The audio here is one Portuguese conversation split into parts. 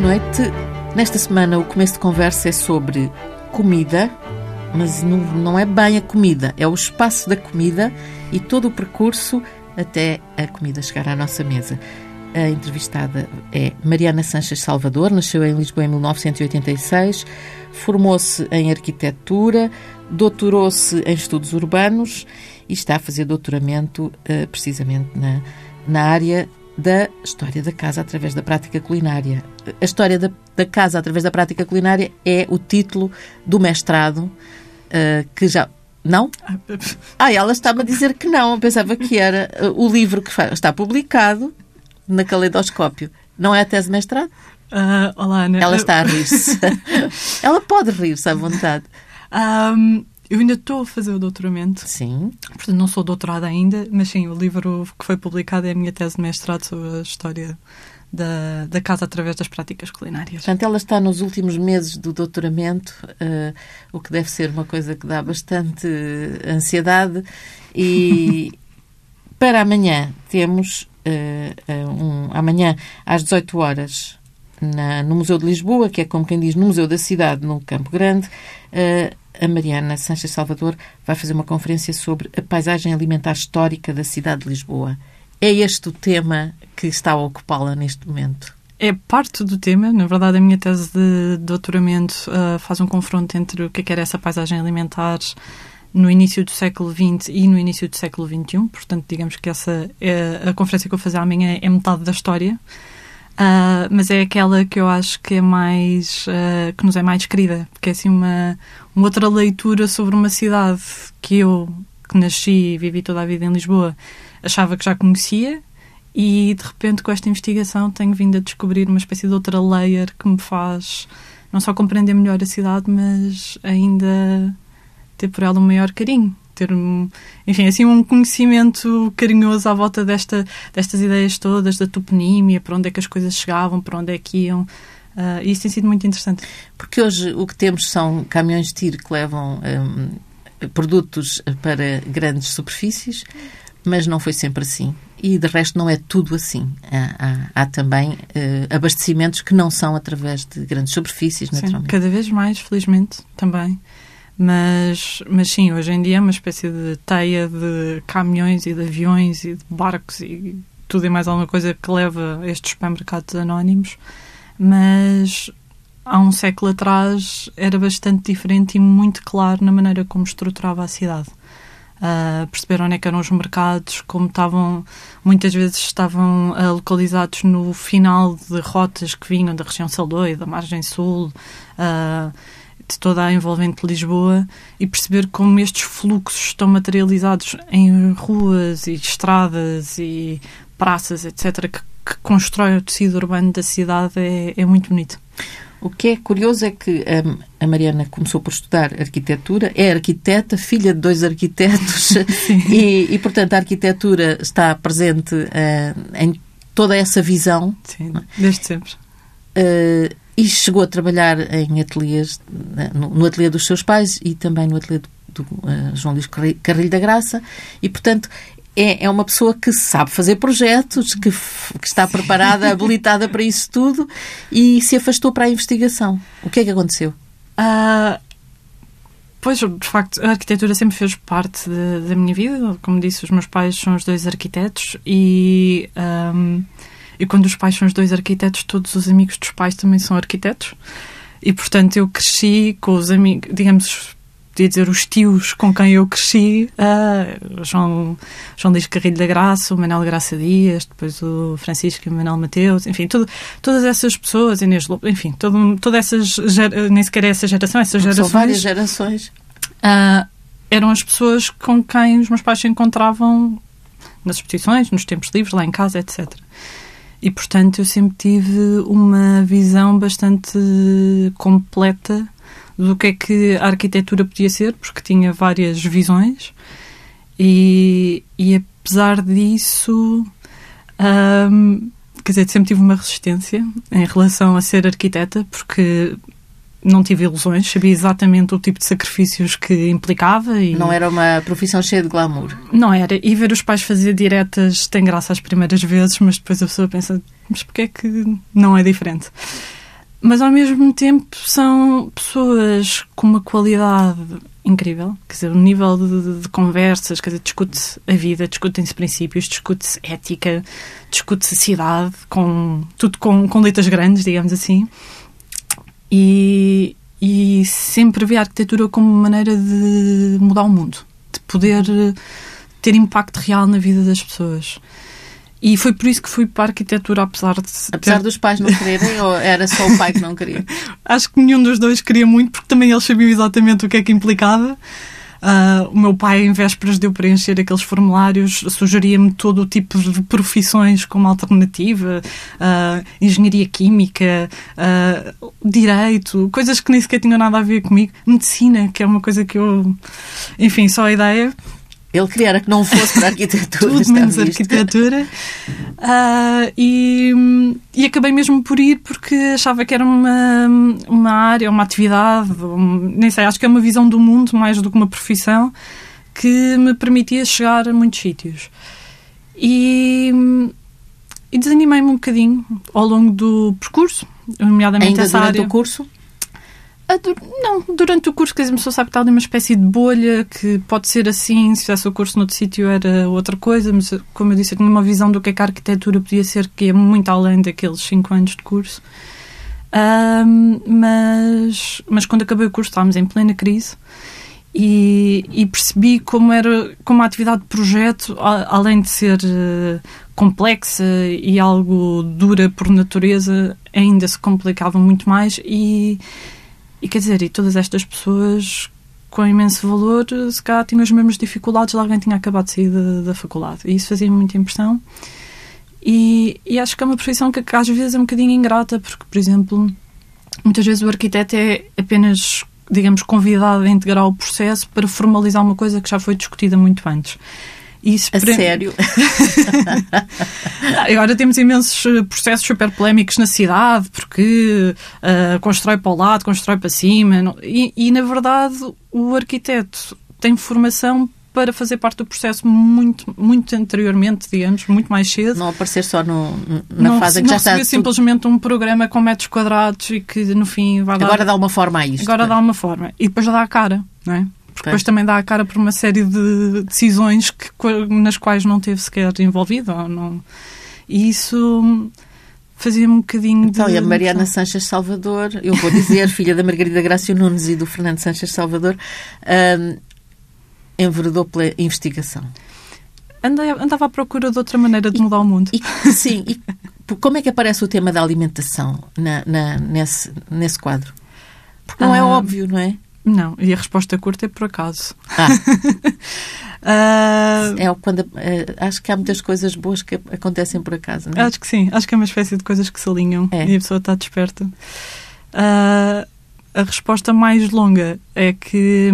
noite. Nesta semana o começo de conversa é sobre comida, mas não é bem a comida, é o espaço da comida e todo o percurso até a comida chegar à nossa mesa. A entrevistada é Mariana Sanches Salvador, nasceu em Lisboa em 1986, formou-se em arquitetura, doutorou-se em estudos urbanos e está a fazer doutoramento precisamente na área da história da casa através da prática culinária. A história da casa através da prática culinária é o título do mestrado que já... Não? Ela está-me a dizer que não. Eu pensava que era o livro que está publicado na Caleidoscópio. Não é a tese de mestrado? Olá, Ana. Ela está a rir-se. Ela pode rir-se à vontade. Eu ainda estou a fazer o doutoramento. Sim. Portanto, não sou doutorada ainda, mas sim, o livro que foi publicado é a minha tese de mestrado sobre a história da casa através das práticas culinárias. Portanto, ela está nos últimos meses do doutoramento, o que deve ser uma coisa que dá bastante ansiedade. E para amanhã temos, amanhã às 18 horas, no Museu de Lisboa, que é como quem diz, no Museu da Cidade, no Campo Grande, a Mariana Sanches Salvador vai fazer uma conferência sobre a paisagem alimentar histórica da cidade de Lisboa. É este o tema que está a ocupá-la neste momento? É parte do tema. Na verdade, a minha tese de doutoramento faz um confronto entre o que era essa paisagem alimentar no início do século XX e no início do século XXI. Portanto, digamos que essa a conferência que eu vou fazer amanhã é metade da história. Mas é aquela que eu acho que é mais que nos é mais querida, porque é assim uma outra leitura sobre uma cidade que eu, que nasci e vivi toda a vida em Lisboa, achava que já conhecia, e de repente com esta investigação tenho vindo a descobrir uma espécie de outra layer que me faz não só compreender melhor a cidade, mas ainda ter por ela um maior carinho. Ter, enfim, assim um conhecimento carinhoso à volta destas ideias todas, da toponímia, para onde é que as coisas chegavam, para onde é que iam. E isso tem sido muito interessante. Porque hoje o que temos são caminhões de tiro que levam produtos para grandes superfícies, mas não foi sempre assim. E, de resto, não é tudo assim. Há também abastecimentos que não são através de grandes superfícies, naturalmente. Sim, cada vez mais, felizmente, também. Mas sim, hoje em dia é uma espécie de teia de caminhões e de aviões e de barcos e tudo e mais alguma coisa que leva a estes supermercados anónimos. Mas há um século atrás era bastante diferente e muito claro na maneira como estruturava a cidade. Perceber onde é que eram os mercados, como muitas vezes estavam localizados no final de rotas que vinham da região Saloia, da margem sul, de toda a envolvente Lisboa, e perceber como estes fluxos estão materializados em ruas e estradas e praças, etc., que constroem o tecido urbano da cidade é muito bonito. O que é curioso é que a Mariana começou por estudar arquitetura, é arquiteta, filha de 2 arquitetos, e portanto a arquitetura está presente em toda essa visão. Sim, desde sempre. E chegou a trabalhar em ateliês, no ateliê dos seus pais e também no ateliê do João Luís Carrilho da Graça, e portanto é uma pessoa que sabe fazer projetos, que está preparada, habilitada para isso tudo, e se afastou para a investigação. O que é que aconteceu? Pois, de facto, a arquitetura sempre fez parte da minha vida. Como disse, os meus pais são os 2 arquitetos e quando os pais são os 2 arquitetos, todos os amigos dos pais também são arquitetos. E, portanto, eu cresci com os amigos, digamos, podia dizer os tios com quem eu cresci, João Luís Carrilho da Graça, o Manuel Graça Dias, depois o Francisco e o Manuel Mateus, enfim, todas essas pessoas, Inês Lobo, enfim, todas essas, nem sequer essas gerações. São várias gerações. Eram as pessoas com quem os meus pais se encontravam nas exposições, nos tempos livres, lá em casa, etc. E, portanto, eu sempre tive uma visão bastante completa do que é que a arquitetura podia ser, porque tinha várias visões e apesar disso, quer dizer, sempre tive uma resistência em relação a ser arquiteta, porque não tive ilusões, sabia exatamente o tipo de sacrifícios que implicava. E não era uma profissão cheia de glamour. Não era. E ver os pais fazer diretas tem graça às primeiras vezes, mas depois a pessoa pensa, mas porquê é que não é diferente? Mas ao mesmo tempo são pessoas com uma qualidade incrível, quer dizer, o nível de conversas, quer dizer, discute-se a vida, discutem-se princípios, discute-se ética, discute-se cidade, tudo com letras grandes, digamos assim, e sempre vê a arquitetura como maneira de mudar o mundo, de poder ter impacto real na vida das pessoas. E foi por isso que fui para a arquitetura, apesar dos pais não quererem, ou era só o pai que não queria? Acho que nenhum dos dois queria muito, porque também eles sabiam exatamente o que é que implicava. O meu pai, em vésperas de eu preencher aqueles formulários, sugeria-me todo o tipo de profissões como alternativa, engenharia química, direito, coisas que nem sequer tinham nada a ver comigo. Medicina, que é uma coisa que eu... Enfim, só a ideia... Ele queria era que não fosse para a arquitetura. Tudo menos arquitetura. E acabei mesmo por ir porque achava que era uma área, uma atividade, nem sei, acho que é uma visão do mundo mais do que uma profissão que me permitia chegar a muitos sítios. E desanimei-me um bocadinho ao longo do percurso, nomeadamente ainda essa durante área. O curso? Não, durante o curso, quer dizer, a pessoa sabe que está ali uma espécie de bolha, que pode ser assim, se fizesse o curso noutro sítio era outra coisa, mas como eu disse, eu tinha uma visão do que é que a arquitetura podia ser, que é muito além daqueles 5 anos de curso. Mas quando acabei o curso estávamos em plena crise e percebi como a atividade de projeto, além de ser complexa e algo dura por natureza, ainda se complicava muito mais e quer dizer, e todas estas pessoas com imenso valor, se calhar tinham as mesmas dificuldades de alguém tinha acabado de sair da faculdade. E isso fazia muita impressão. E acho que é uma profissão que às vezes é um bocadinho ingrata, porque, por exemplo, muitas vezes o arquiteto é apenas, digamos, convidado a integrar o processo para formalizar uma coisa que já foi discutida muito antes. Sério? Agora temos imensos processos super polémicos na cidade, porque constrói para o lado, constrói para cima. E, na verdade, o arquiteto tem formação para fazer parte do processo muito, muito anteriormente, digamos, muito mais cedo. Não aparecer só na fase em que já está... Não receber simplesmente um programa com metros quadrados e que, no fim, vai dar... Agora dá uma forma a isto. Agora dá uma forma. E depois dá a cara, não é? Porque depois também dá a cara por uma série de decisões nas quais não teve sequer envolvido. Ou não. E isso fazia-me um bocadinho então, e a Mariana Sanches Salvador, eu vou dizer, filha da Margarida Grácio Nunes e do Fernando Sanches Salvador, enveredou pela investigação. Andava à procura de outra maneira de mudar o mundo. Sim. E como é que aparece o tema da alimentação nesse quadro? Porque não é óbvio, não é? Não, e a resposta curta é por acaso. Acho que há muitas coisas boas que acontecem por acaso, não é? Acho que sim, acho que é uma espécie de coisas que se alinham e a pessoa está desperta. A resposta mais longa é que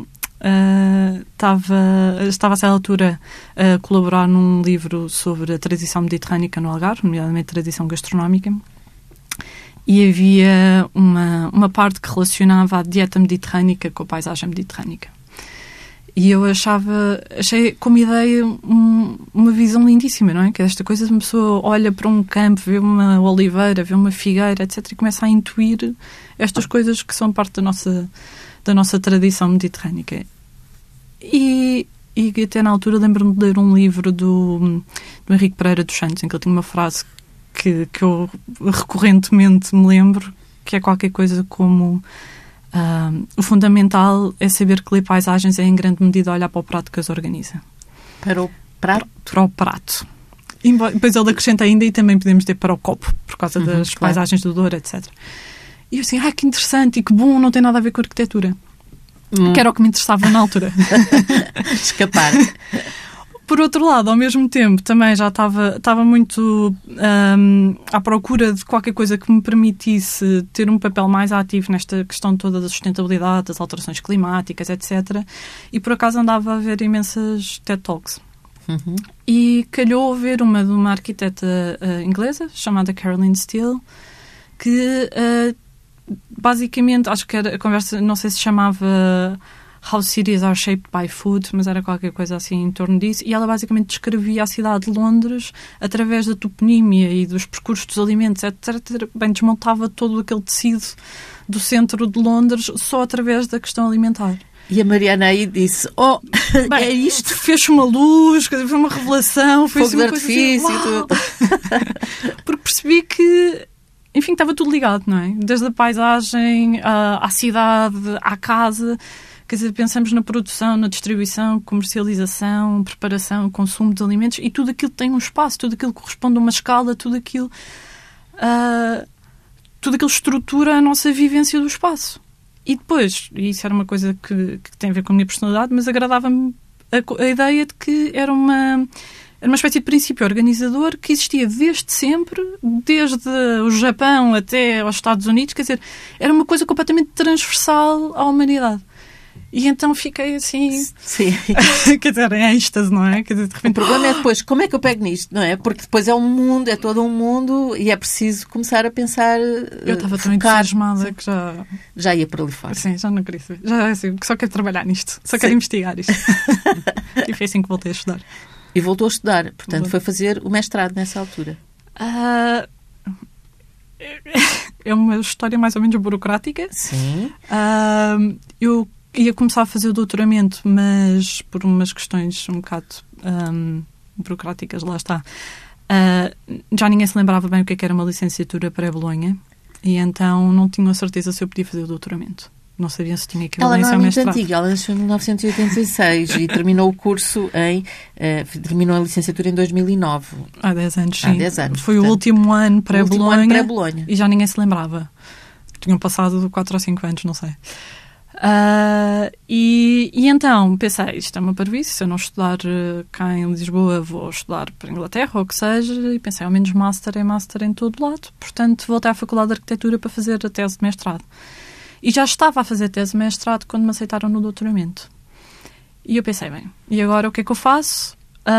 estava a certa altura a colaborar num livro sobre a tradição mediterrânica no Algarve, nomeadamente tradição gastronómica. E havia uma parte que relacionava a dieta mediterrânica com a paisagem mediterrânica. E eu achei como ideia uma visão lindíssima, não é? Que é esta coisa de uma pessoa olha para um campo, vê uma oliveira, vê uma figueira, etc. e começa a intuir estas coisas que são parte da nossa tradição mediterrânica. E até na altura lembro-me de ler um livro do Henrique Pereira dos Santos, em que ele tinha uma frase que eu recorrentemente me lembro, que é qualquer coisa como o fundamental é saber que ler paisagens é em grande medida olhar para o prato que as organiza. Para o prato? Para o prato. E depois ele acrescenta ainda, e também podemos ter para o copo, por causa das paisagens do Douro, etc. E eu assim, que interessante e que bom, não tem nada a ver com a arquitetura. Que era o que me interessava na altura. Escapar. Por outro lado, ao mesmo tempo, também já estava muito à procura de qualquer coisa que me permitisse ter um papel mais ativo nesta questão toda da sustentabilidade, das alterações climáticas, etc. E por acaso andava a ver imensas TED Talks. E calhou ver uma de uma arquiteta inglesa, chamada Caroline Steele, que basicamente, acho que a conversa, não sei se chamava How Cities Are Shaped by Food, mas era qualquer coisa assim em torno disso, e ela basicamente descrevia a cidade de Londres através da toponímia e dos percursos dos alimentos, etc. Bem, desmontava todo aquele tecido do centro de Londres só através da questão alimentar. E a Mariana aí disse, bem, é isto? Fez uma luz, foi uma revelação, foi fogo uma de coisa artifício assim, e tudo. Porque percebi que, enfim, estava tudo ligado, não é? Desde a paisagem, à cidade, à casa. Quer dizer, pensamos na produção, na distribuição, comercialização, preparação, consumo de alimentos, e tudo aquilo tem um espaço, tudo aquilo corresponde a uma escala, tudo aquilo estrutura a nossa vivência do espaço. E depois, e isso era uma coisa que tem a ver com a minha personalidade, mas agradava-me a ideia de que era uma espécie de princípio organizador que existia desde sempre, desde o Japão até aos Estados Unidos. Quer dizer, era uma coisa completamente transversal à humanidade. E então fiquei assim... Sim. Quer dizer, em êxtase, não é? Quer dizer, de repente... O problema é depois, como é que eu pego nisto, não é? Porque depois é um mundo, é todo um mundo, e é preciso começar a pensar... Eu estava tão entusiasmada que já ia para ali fora. Sim, já não queria saber. Já assim, só quero trabalhar nisto. Só quero investigar isto. E foi assim que voltei a estudar. E voltou a estudar. Portanto, foi fazer o mestrado nessa altura. É uma história mais ou menos burocrática. Sim. Eu ia começar a fazer o doutoramento, mas por umas questões um bocado burocráticas, lá está. Já ninguém se lembrava bem o que era uma licenciatura pré-Bolonha, e então não tinha a certeza se eu podia fazer o doutoramento. Não sabia se tinha equivalência ao mestrado. Ela não é muito antiga, ela nasceu em 1986 e terminou o curso terminou a licenciatura em 2009. Há 10 anos, sim. Há 10 anos. Foi o último ano pré-Bolonha e já ninguém se lembrava. Tinham passado 4 ou 5 anos, não sei. E então pensei, isto é uma parvoíce, se eu não estudar cá em Lisboa vou estudar para a Inglaterra ou o que seja, e pensei, ao menos master em todo lado, portanto voltei à Faculdade de Arquitetura para fazer a tese de mestrado. E já estava a fazer tese de mestrado quando me aceitaram no doutoramento. E eu pensei, bem, e agora o que é que eu faço?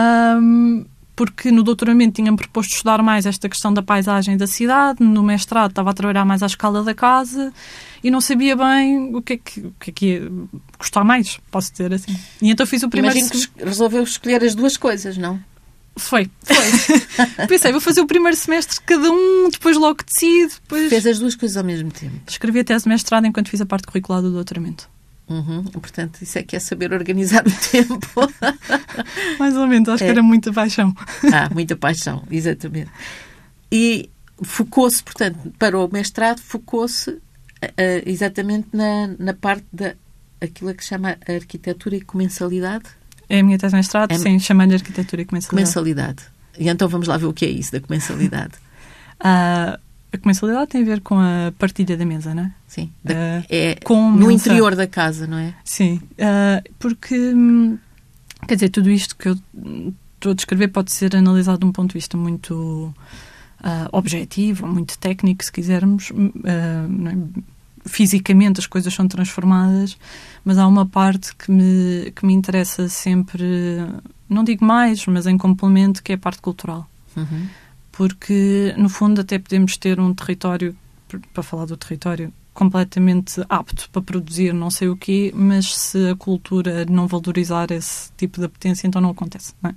Porque no doutoramento tinha-me proposto estudar mais esta questão da paisagem da cidade, no mestrado estava a trabalhar mais à escala da casa e não sabia bem o que é que ia gostar mais, posso dizer assim. E então fiz o primeiro... Imagino que resolveu escolher as duas coisas, não? Foi. Pensei, vou fazer o primeiro semestre cada um, depois logo decido. Depois... Fez as duas coisas ao mesmo tempo. Escrevi a tese de mestrado enquanto fiz a parte curricular do doutoramento. Portanto, isso é que é saber organizar o tempo. Mais ou menos, acho que era muita paixão. Muita paixão, exatamente. E focou-se, portanto, para o mestrado, focou-se exatamente na parte aquilo que se chama arquitetura e comensalidade. É a minha tese de mestrado, sim, chamando de arquitetura e comensalidade. E então vamos lá ver o que é isso da comensalidade. A comensalidade tem a ver com a partilha da mesa, não é? Sim. No interior da casa, não é? Sim. Porque, quer dizer, tudo isto que eu estou a descrever pode ser analisado de um ponto de vista muito objetivo, muito técnico, se quisermos. Não é? Fisicamente as coisas são transformadas, mas há uma parte que me interessa sempre, não digo mais, mas em complemento, que é a parte cultural. Porque, no fundo, até podemos ter um território, para falar do território, completamente apto para produzir não sei o quê, mas se a cultura não valorizar esse tipo de apetência, então não acontece, não é?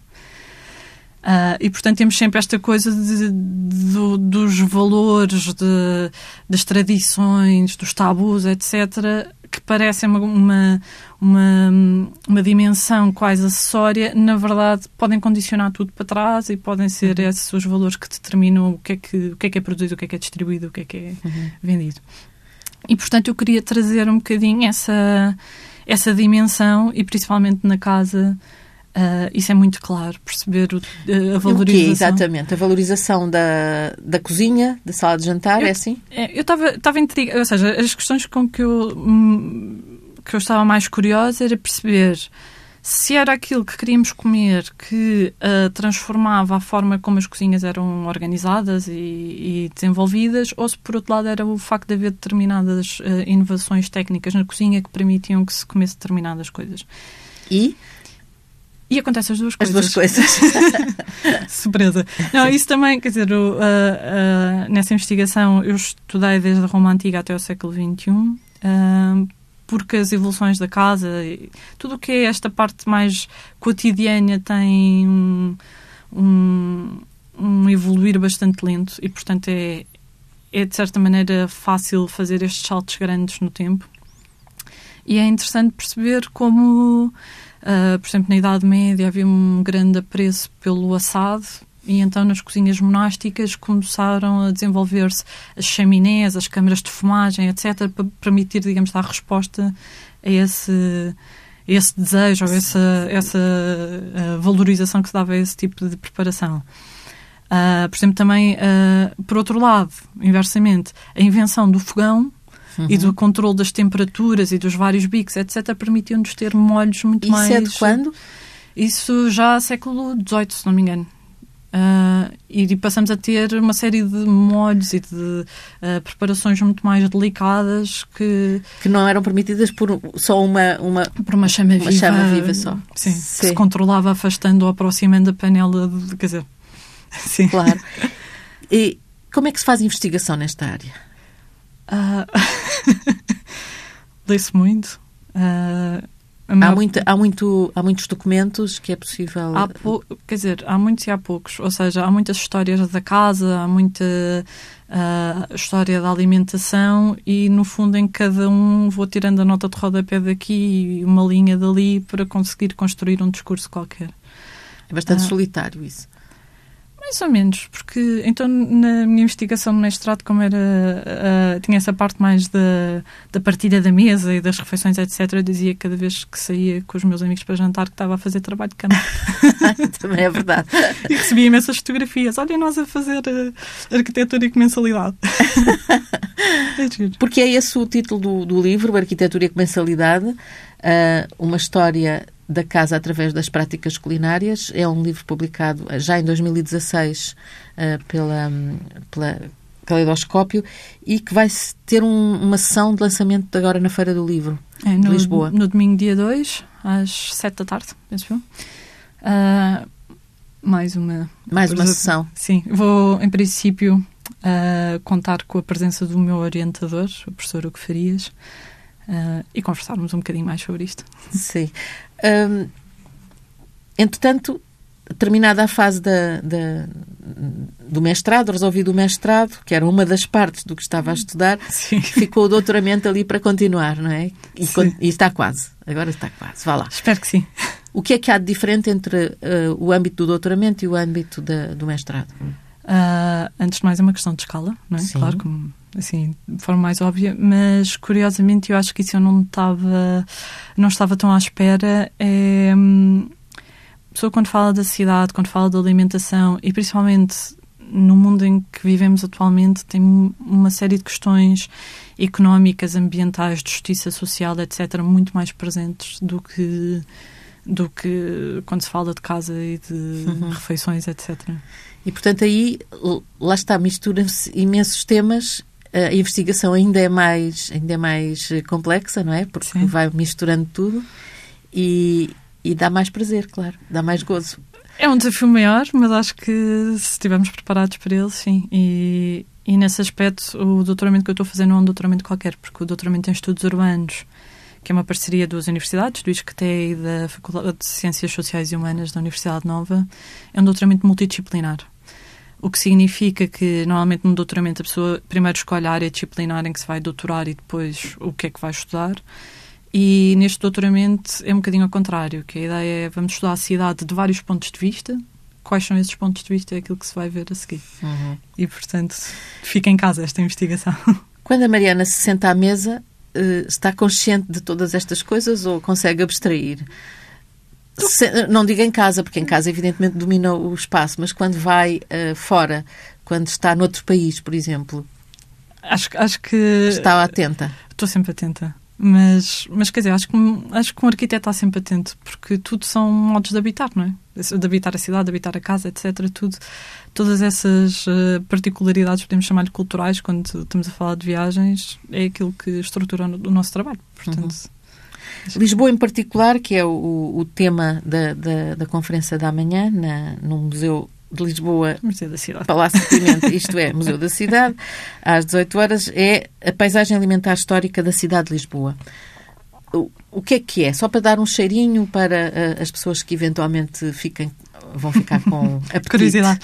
E, portanto, temos sempre esta coisa dos valores, das tradições, dos tabus, etc., que parecem uma dimensão quase acessória. Na verdade, podem condicionar tudo para trás e podem ser esses os valores que determinam o que é produzido, o que é distribuído, o que é vendido. E, portanto, eu queria trazer um bocadinho essa dimensão, e principalmente na casa... isso é muito claro, perceber a valorização. O quê, exatamente? A valorização da cozinha, da sala de jantar, é assim? Eu estava intrigada, ou seja, as questões com que eu estava mais curiosa era perceber se era aquilo que queríamos comer que transformava a forma como as cozinhas eram organizadas e desenvolvidas, ou se, por outro lado, era o facto de haver determinadas inovações técnicas na cozinha que permitiam que se comesse determinadas coisas. E acontece as duas coisas. As duas coisas. Surpresa. Não, isso também, quer dizer, nessa investigação eu estudei desde a Roma Antiga até o século XXI, porque as evoluções da casa, tudo o que é esta parte mais cotidiana tem um evoluir bastante lento e, portanto, é de certa maneira fácil fazer estes saltos grandes no tempo. E é interessante perceber como, por exemplo, na Idade Média havia um grande apreço pelo assado, e então nas cozinhas monásticas começaram a desenvolver-se as chaminés, as câmaras de fumagem, etc., para permitir, digamos, dar resposta a esse desejo, ou essa valorização que se dava a esse tipo de preparação. Por exemplo, também, por outro lado, inversamente, a invenção do fogão e do controle das temperaturas e dos vários bicos, etc., permitiu-nos ter molhos muito mais... Isso é de quando? Isso já século XVIII, se não me engano. E passamos a ter uma série de molhos e de preparações muito mais delicadas que não eram permitidas por só por uma chama viva. Chama viva só. Sim, que se controlava afastando ou aproximando a panela, quer dizer... Sim. Claro. E como é que se faz investigação nesta área? Lê-se muito. Há muitos documentos que é possível... Quer dizer, há muitos e há poucos. Ou seja, há muitas histórias da casa, há muita história da alimentação e, no fundo, em cada um vou tirando a nota de rodapé daqui e uma linha dali para conseguir construir um discurso qualquer. É bastante solitário isso. Mais ou menos, porque então na minha investigação de mestrado, como tinha essa parte mais da partilha da mesa e das refeições, etc., eu dizia cada vez que saía com os meus amigos para jantar que estava a fazer trabalho de campo. Também é verdade. E recebia imensas fotografias. Olha, nós a fazer arquitetura e comensalidade. Porque é esse o título do livro, Arquitetura e Comensalidade, uma história da casa através das práticas culinárias. É um livro publicado já em 2016 pela Caleidoscópio e que vai ter uma sessão de lançamento agora na Feira do Livro de Lisboa. No domingo, dia 2, às 7 da tarde, penso eu. Mais uma sessão. Sim, vou, em princípio, contar com a presença do meu orientador, o professor Hugo Farias, e conversarmos um bocadinho mais sobre isto. Sim. Entretanto, terminada a fase do mestrado, resolvido o mestrado, que era uma das partes do que estava a estudar, sim, ficou o doutoramento ali para continuar, não é? E está quase. Agora está quase. Vá lá. Espero que sim. O que é que há de diferente entre o âmbito do doutoramento e o âmbito do mestrado? Antes de mais, é uma questão de escala, não é? Sim. Claro, como, assim, de forma mais óbvia, mas curiosamente eu acho que isso eu não estava tão à espera. A pessoa, quando fala da cidade, quando fala da alimentação e principalmente no mundo em que vivemos atualmente, tem uma série de questões económicas, ambientais, de justiça social, etc., muito mais presentes do que quando se fala de casa e de refeições, etc. E, portanto, aí, lá está, misturam-se imensos temas. A investigação ainda é mais complexa, não é? Porque sim, vai misturando tudo e dá mais prazer, claro, dá mais gozo. É um desafio maior, mas acho que se estivermos preparados para ele, sim. E nesse aspecto, o doutoramento que eu estou a fazer não é um doutoramento qualquer, porque o doutoramento em estudos urbanos, que é uma parceria das universidades, do ISCTE e da Faculdade de Ciências Sociais e Humanas da Universidade Nova, é um doutoramento multidisciplinar. O que significa que, normalmente, no doutoramento, a pessoa primeiro escolhe a área disciplinar em que se vai doutorar e depois o que é que vai estudar. E neste doutoramento é um bocadinho ao contrário, que a ideia é vamos estudar a cidade de vários pontos de vista. Quais são esses pontos de vista? É aquilo que se vai ver a seguir. E, portanto, fica em casa esta investigação. Quando a Mariana se senta à mesa, está consciente de todas estas coisas ou consegue abstrair? Não digo em casa, porque em casa evidentemente domina o espaço, mas quando vai fora, quando está noutro país, por exemplo, acho que está atenta. Estou sempre atenta, mas quer dizer, acho que um arquiteto está sempre atento, porque tudo são modos de habitar, não é? De habitar a cidade, de habitar a casa, etc. Todas essas particularidades, podemos chamar-lhe culturais, quando estamos a falar de viagens, é aquilo que estrutura o nosso trabalho, portanto... Lisboa, em particular, que é o tema da conferência da manhã, no Museu de Lisboa, Museu da Cidade. Palácio de Pimenta, isto é, Museu da Cidade, às 18 horas, é a paisagem alimentar histórica da cidade de Lisboa. o que é? Só para dar um cheirinho para as pessoas que eventualmente vão ficar com apetite. Curiosidade.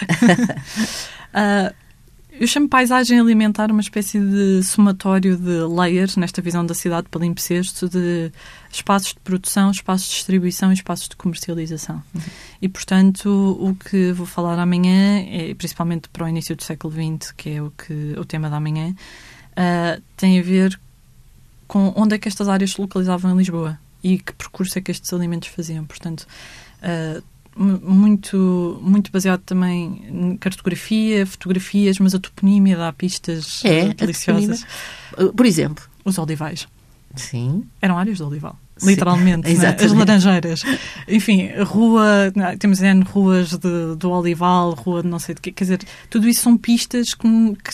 Eu chamo paisagem alimentar uma espécie de somatório de layers, nesta visão da cidade palimpsesto, de espaços de produção, espaços de distribuição e espaços de comercialização. E, portanto, o que vou falar amanhã, principalmente para o início do século XX, que é o tema da manhã, tem a ver com onde é que estas áreas se localizavam em Lisboa e que percurso é que estes alimentos faziam. Portanto, muito baseado também em cartografia, fotografias, mas a toponímia dá pistas deliciosas. Por exemplo? Os olivais. Sim. Eram áreas de olival. Literalmente. Sim, né? As laranjeiras. Enfim, temos ruas do olival, rua de não sei de quê. Quer dizer, tudo isso são pistas que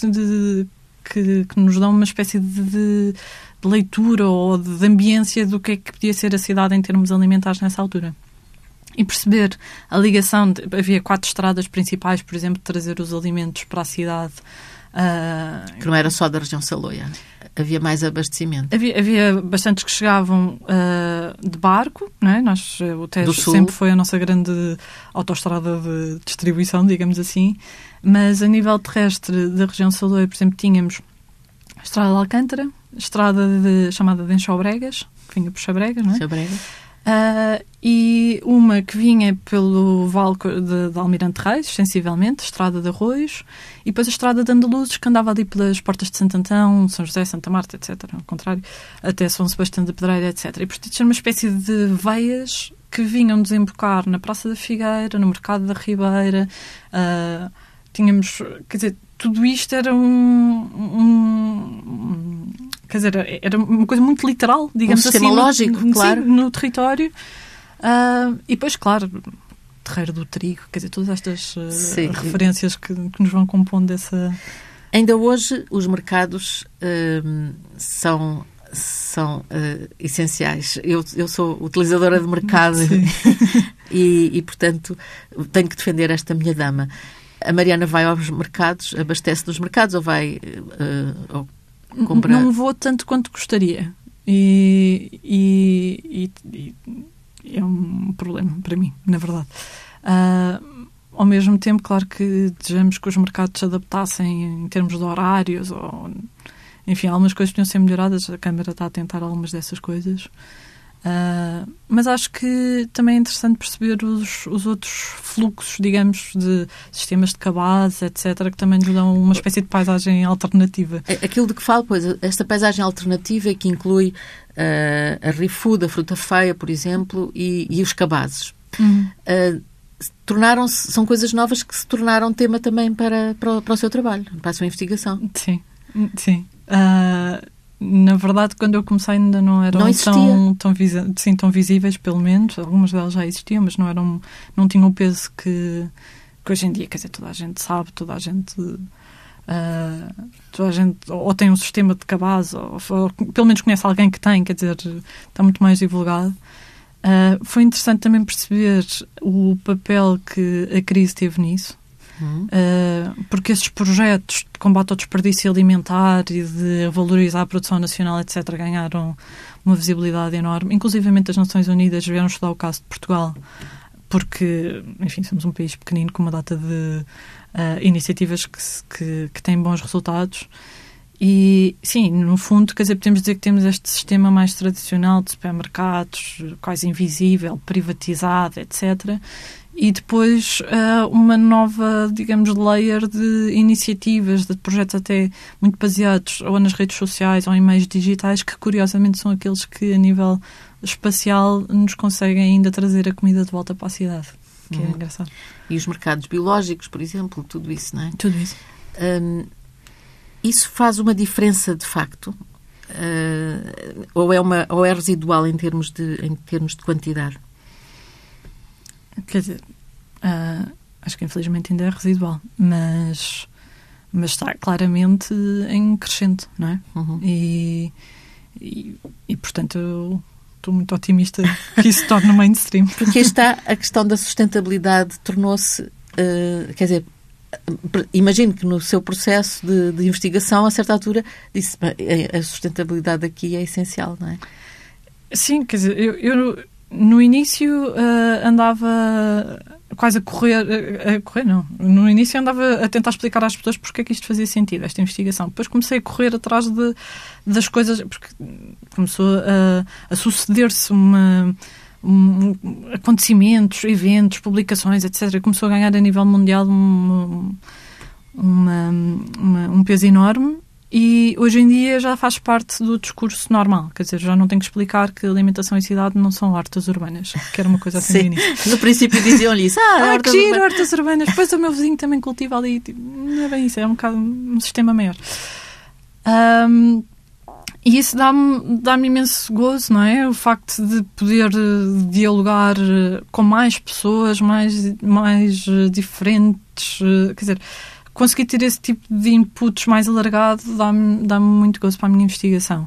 nos dão uma espécie de leitura ou de ambiência do que é que podia ser a cidade em termos alimentares nessa altura. E perceber a ligação. Havia 4 estradas principais, por exemplo, de trazer os alimentos para a cidade. Que não era só da região Saloia. Havia mais abastecimento. Havia bastantes que chegavam de barco, não é? O Tejo sempre foi a nossa grande autoestrada de distribuição, digamos assim. Mas a nível terrestre da região Saloia, por exemplo, tínhamos a Estrada de Alcântara, a estrada chamada de Enxobregas, que vinha por Xabregas, não é? Xabregas. E uma que vinha pelo Vale de Almirante Reis, sensivelmente, a Estrada de Arroios, e depois a Estrada de Andaluzes, que andava ali pelas portas de Santo Antão, São José, Santa Marta, etc. Ao contrário, até São Sebastião da Pedreira, etc. E, portanto, era uma espécie de veias que vinham desembocar na Praça da Figueira, no Mercado da Ribeira. Tínhamos, quer dizer, tudo isto era quer dizer, era uma coisa muito literal, digamos assim. Um sistema lógico, claro. Sim, no território. E depois, claro, Terreiro do Trigo, quer dizer, todas estas referências que nos vão compondo essa... Ainda hoje os mercados são essenciais. Eu sou utilizadora de mercado e, portanto, tenho que defender esta minha dama. A Mariana vai aos mercados, abastece dos mercados ou vai comprar? Não vou tanto quanto gostaria. E é um problema para mim, na verdade. Ao mesmo tempo, claro que desejamos que os mercados se adaptassem em termos de horários ou... Enfim, algumas coisas podiam ser melhoradas. A Câmara está a tentar algumas dessas coisas. Mas acho que também é interessante perceber os outros fluxos, digamos, de sistemas de cabaz, etc., que também nos dão uma espécie de paisagem alternativa. Aquilo de que falo, pois, esta paisagem alternativa que inclui a ReFood, a fruta feia, por exemplo, e os cabazes. São coisas novas que se tornaram tema também para o seu trabalho, para a sua investigação. Sim. Na verdade, quando eu comecei ainda não eram tão visíveis, pelo menos. Algumas delas já existiam, mas não tinham o peso que hoje em dia, quer dizer, toda a gente sabe, toda a gente ou tem um sistema de cabaz, ou pelo menos conhece alguém que tem, quer dizer, está muito mais divulgado. Foi interessante também perceber o papel que a crise teve nisso. Porque esses projetos de combate ao desperdício alimentar e de valorizar a produção nacional, etc., ganharam uma visibilidade enorme. Inclusivamente as Nações Unidas vieram estudar o caso de Portugal, porque, enfim, somos um país pequenino com uma data de iniciativas que têm bons resultados. E, sim, no fundo, quer dizer, podemos dizer que temos este sistema mais tradicional de supermercados, quase invisível, privatizado, etc., e depois uma nova, digamos, layer de iniciativas, de projetos até muito baseados ou nas redes sociais ou em meios digitais, que curiosamente são aqueles que a nível espacial nos conseguem ainda trazer a comida de volta para a cidade, que é engraçado. E os mercados biológicos, por exemplo, tudo isso, não é? Tudo isso. Isso faz uma diferença de facto? Ou é residual em termos de quantidade? Quer dizer, acho que infelizmente ainda é residual, mas está claramente em crescente, não é? E portanto, eu estou muito otimista que isso se torne mainstream. Porque aí está a questão da sustentabilidade, tornou-se, quer dizer, imagino que no seu processo de investigação, a certa altura, disse a sustentabilidade aqui é essencial, não é? Sim, quer dizer, eu no início andava quase a correr, não. No início andava a tentar explicar às pessoas porque é que isto fazia sentido, esta investigação. Depois comecei a correr atrás das coisas, porque começou a suceder-se acontecimentos, eventos, publicações, etc. Começou a ganhar a nível mundial um peso enorme. E hoje em dia já faz parte do discurso normal. Quer dizer, já não tenho que explicar que alimentação e cidade não são hortas urbanas, que era uma coisa assim no início. No princípio diziam-lhe isso. Que giro, hortas urbanas. Depois o meu vizinho também cultiva ali. Tipo, não é bem isso, é um bocado um sistema maior. E isso dá-me imenso gozo, não é? O facto de poder dialogar com mais pessoas, mais diferentes. Quer dizer, conseguir ter esse tipo de inputs mais alargado dá-me muito gozo para a minha investigação.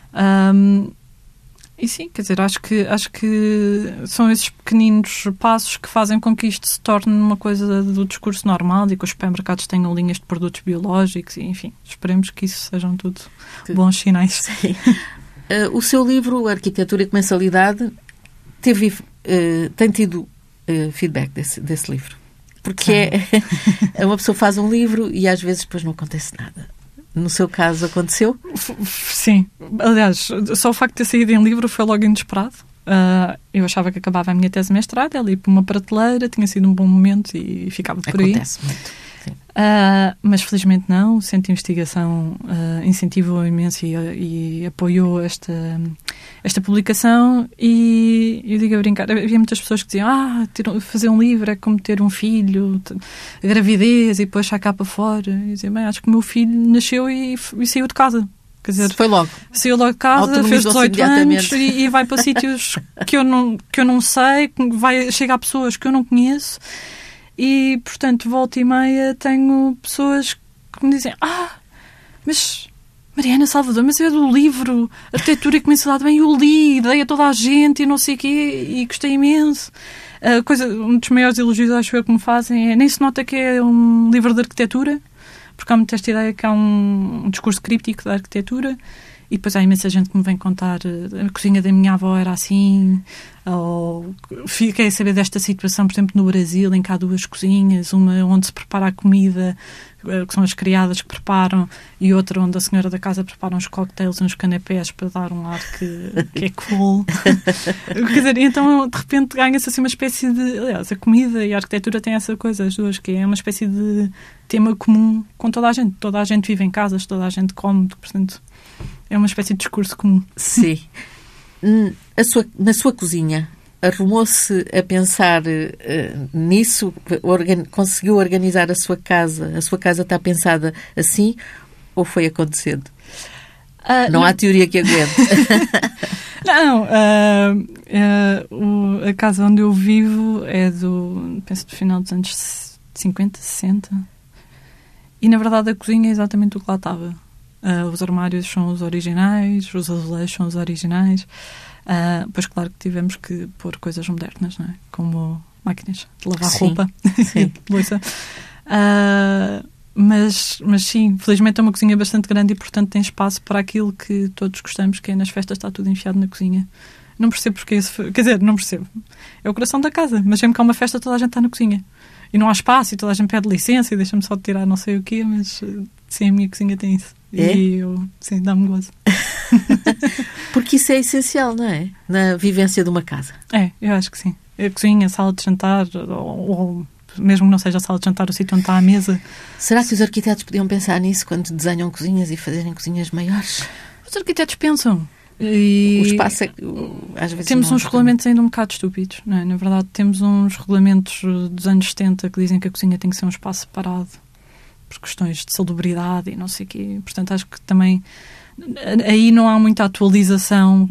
E sim, quer dizer, acho que são esses pequeninos passos que fazem com que isto se torne uma coisa do discurso normal e que os supermercados tenham linhas de produtos biológicos e, enfim, esperemos que isso sejam tudo bons sinais. Sim. O seu livro, Arquitetura e Comensalidade, tem tido feedback desse livro. Porque uma pessoa faz um livro e às vezes depois não acontece nada. No seu caso, aconteceu? Sim. Aliás, só o facto de ter saído em livro foi logo inesperado. Eu achava que acabava a minha tese de mestrado, ali por uma prateleira, tinha sido um bom momento e ficava por aí. Acontece muito. Mas felizmente não. O Centro de Investigação incentivou imenso e apoiou esta publicação. E eu digo a brincar, havia muitas pessoas que diziam fazer um livro é como ter um filho, a gravidez e depois sacar para fora. E eu dizia, bem, acho que o meu filho nasceu e saiu de casa. Quer dizer, foi logo. Saiu logo de casa, fez 18 anos e vai para sítios que eu não sei, chega a pessoas que eu não conheço. E, portanto, volta e meia tenho pessoas que me dizem mas Mariana Salvador, mas é do livro Arquitetura e Comensalidade, bem, eu li, dei a toda a gente e não sei o quê, e gostei imenso. Um dos maiores elogios, acho eu, que me fazem nem se nota que é um livro de arquitetura, porque há muita esta ideia que há um discurso críptico da arquitetura. E depois há imensa gente que me vem contar a cozinha da minha avó era assim, ou fiquei a saber desta situação, por exemplo, no Brasil, em que há duas cozinhas, uma onde se prepara a comida, que são as criadas que preparam, e outra onde a senhora da casa prepara uns cocktails, uns canapés para dar um ar que é cool. Quer dizer, então de repente ganha-se assim uma espécie de... Aliás, a comida e a arquitetura têm essa coisa, as duas, que é uma espécie de tema comum com toda a gente. Toda a gente vive em casas, toda a gente come, portanto... É uma espécie de discurso comum. Sim. Na sua cozinha, arrumou-se a pensar nisso? Conseguiu organizar a sua casa? A sua casa está pensada assim? Ou foi acontecendo? Não há teoria que aguente. Não. A casa onde eu vivo é penso, do final dos anos 50, 60. E, na verdade, a cozinha é exatamente o que lá estava. Os armários são os originais, os azulejos são os originais. Pois claro que tivemos que pôr coisas modernas, não é? Como máquinas de lavar roupa e de louça. Mas sim, felizmente é uma cozinha bastante grande e portanto tem espaço para aquilo que todos gostamos, que é nas festas está tudo enfiado na cozinha. Não percebo porque isso... Quer dizer, não percebo. É o coração da casa, mas sempre que há uma festa toda a gente está na cozinha. E não há espaço e toda a gente pede licença e deixa-me só tirar não sei o quê, mas sim, a minha cozinha tem isso. E sim, dá-me gozo. Porque isso é essencial, não é? Na vivência de uma casa. Eu acho que sim. A cozinha, a sala de jantar, ou mesmo que não seja a sala de jantar, o sítio onde está a mesa. Será que os arquitetos podiam pensar nisso quando desenham cozinhas e fazerem cozinhas maiores? Os arquitetos pensam. E o espaço às vezes temos uns regulamentos ainda um bocado estúpidos, não é? Na verdade, temos uns regulamentos dos anos 70 que dizem que a cozinha tem que ser um espaço separado por questões de salubridade e não sei o quê. Portanto, acho que também aí não há muita atualização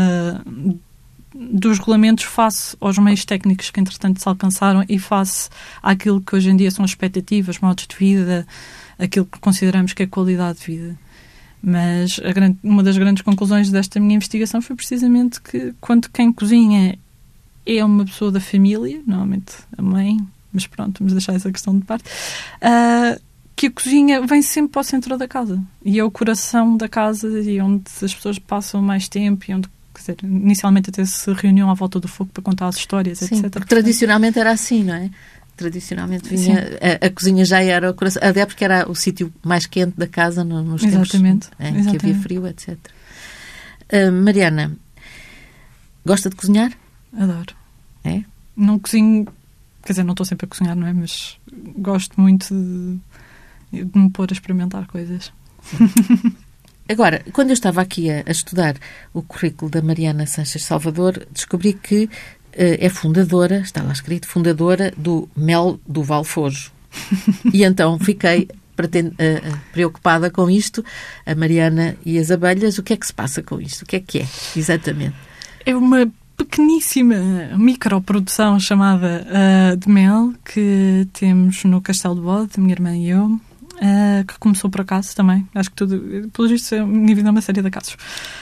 dos regulamentos face aos meios técnicos que, entretanto, se alcançaram e face àquilo que hoje em dia são expectativas, modos de vida, aquilo que consideramos que é qualidade de vida. Mas uma das grandes conclusões desta minha investigação foi precisamente que quando quem cozinha é uma pessoa da família, normalmente a mãe, mas pronto, vamos deixar essa questão de parte, que a cozinha vem sempre para o centro da casa e é o coração da casa e onde as pessoas passam mais tempo e onde Quer dizer, inicialmente até se reuniam à volta do fogo para contar as histórias, sim, etc. Porque tradicionalmente era assim, não é? Tradicionalmente vinha, a cozinha já era o coração, até porque era o sítio mais quente da casa nos tempos que havia frio, etc. Mariana, gosta de cozinhar? Adoro. É? Não cozinho, quer dizer, não estou sempre a cozinhar, não é? Mas gosto muito de me pôr a experimentar coisas. Agora, quando eu estava aqui a estudar o currículo da Mariana Sanches Salvador, descobri que é fundadora, está lá escrito, fundadora do Mel do Valfojo. E então fiquei preocupada com isto. A Mariana e as abelhas, o que é que se passa com isto? O que é, exatamente? É uma pequeníssima microprodução chamada de mel que temos no Castelo de Bode, a minha irmã e eu, que começou por acaso também. Acho que tudo, pelo visto, é uma série de acasos.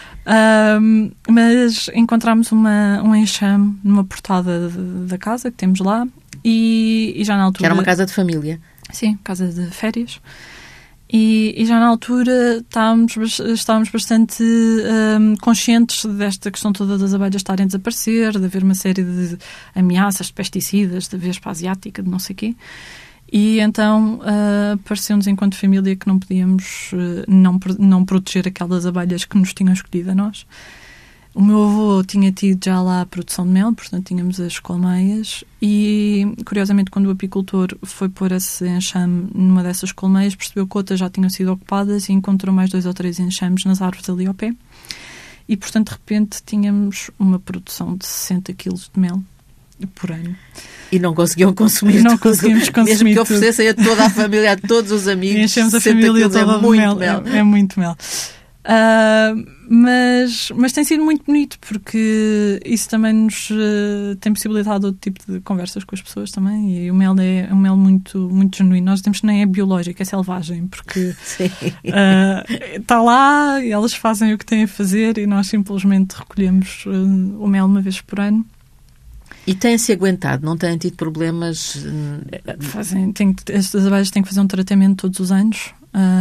Mas encontramos um enxame numa portada da casa que temos lá e já na altura... Que era uma casa de família. Sim, casa de férias. E já na altura estávamos bastante conscientes desta questão toda das abelhas estarem a desaparecer, de haver uma série de ameaças de pesticidas, de vespa asiática, de não sei o quê. E então pareceu-nos, enquanto família, que não podíamos não proteger aquelas abelhas que nos tinham escolhido a nós. O meu avô tinha tido já lá a produção de mel, portanto tínhamos as colmeias e, curiosamente, quando o apicultor foi pôr esse enxame numa dessas colmeias, percebeu que outras já tinham sido ocupadas e encontrou mais 2 ou 3 enxames nas árvores ali ao pé. E, portanto, de repente, tínhamos uma produção de 60 quilos de mel por ano. E não conseguiam consumir não conseguimos consumir mesmo que oferecessem a toda a família, a todos os amigos. E enchemos a família toda de mel. É muito mel. Mas tem sido muito bonito porque isso também nos tem possibilitado outro tipo de conversas com as pessoas também, e o mel é um mel muito, muito genuíno. Nós temos que nem é biológico, é selvagem, porque está lá e elas fazem o que têm a fazer e nós simplesmente recolhemos o mel uma vez por ano. E têm-se aguentado? Não têm tido problemas? Estas abelhas têm que fazer um tratamento todos os anos,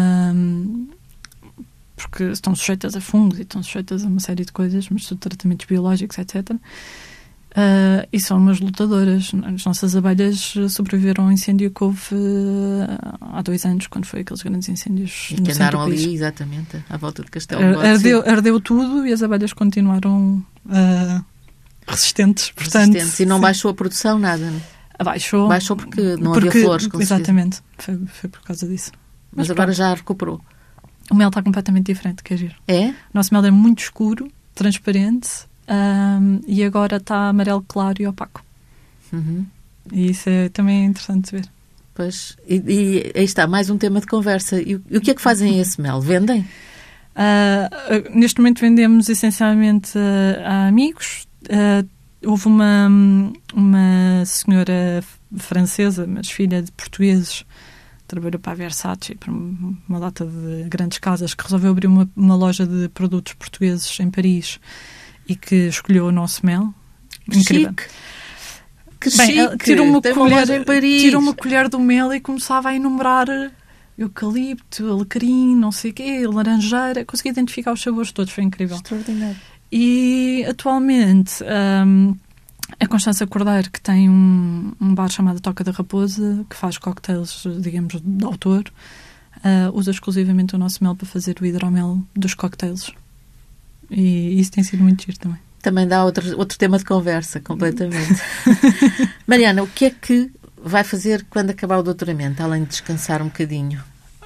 porque estão sujeitas a fungos e estão sujeitas a uma série de coisas, mas são tratamentos biológicos, etc. E são umas lutadoras. As nossas abelhas sobreviveram ao incêndio que houve há 2 anos, quando foi aqueles grandes incêndios e que andaram ali, exatamente, à volta de Castelo de Bode. Ardeu tudo e as abelhas continuaram resistentes. Portanto, e não baixou a produção, nada, não é? Baixou porque não havia flores. Exatamente, foi por causa disso. Mas agora já recuperou. O mel está completamente diferente, quer dizer. É? O nosso mel é muito escuro, transparente, e agora está amarelo claro e opaco. Uhum. E isso também é interessante de ver. Pois, e aí está, mais um tema de conversa. E o que é que fazem esse mel? Vendem? Neste momento vendemos essencialmente a amigos. Houve uma senhora francesa, mas filha de portugueses, trabalhou para a Versace, para uma data de grandes casas, que resolveu abrir uma loja de produtos portugueses em Paris e que escolheu o nosso mel. Incrível. Que chique! Tirou uma colher do mel e começava a enumerar eucalipto, alecrim, não sei o quê, laranjeira. Consegui identificar os sabores todos, foi incrível. Extraordinário. E atualmente a Constança Cordeiro, que tem um bar chamado Toca da Raposa, que faz cocktails, digamos, de autor, usa exclusivamente o nosso mel para fazer o hidromel dos cocktails. E isso tem sido muito giro também. Também dá outro tema de conversa, completamente. Mariana, o que é que vai fazer quando acabar o doutoramento, além de descansar um bocadinho?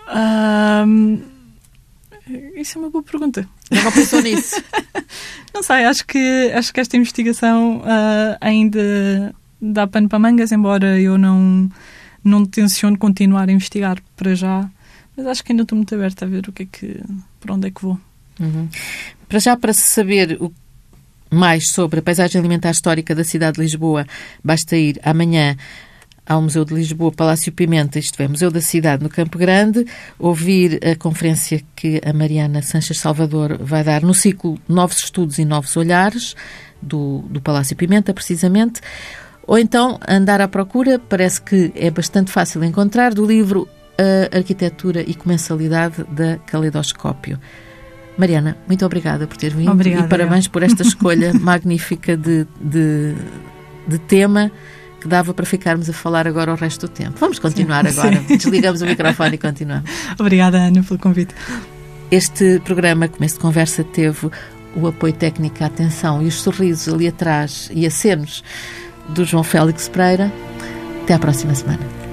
Isso é uma boa pergunta. Não pensou nisso? Não sei, acho que esta investigação ainda dá pano para mangas, embora eu não tenciono continuar a investigar para já, mas acho que ainda estou muito aberta a ver por onde é que vou. Uhum. Para já, para se saber mais sobre a paisagem alimentar histórica da cidade de Lisboa, basta ir amanhã ao Museu de Lisboa, Palácio Pimenta, isto é, Museu da Cidade, no Campo Grande, ouvir a conferência que a Mariana Sanches Salvador vai dar no ciclo Novos Estudos e Novos Olhares, do Palácio Pimenta, precisamente, ou então andar à procura, parece que é bastante fácil encontrar, do livro A Arquitetura e Comensalidade da Caleidoscópio. Mariana, muito obrigada por ter vindo. Obrigada, e parabéns por esta escolha magnífica de tema, que dava para ficarmos a falar agora o resto do tempo. Vamos continuar agora. Desligamos o microfone e continuamos. Obrigada, Ana, pelo convite. Este programa, Começo de Conversa, teve o apoio técnico, a atenção e os sorrisos ali atrás e acenos do João Félix Pereira. Até à próxima semana.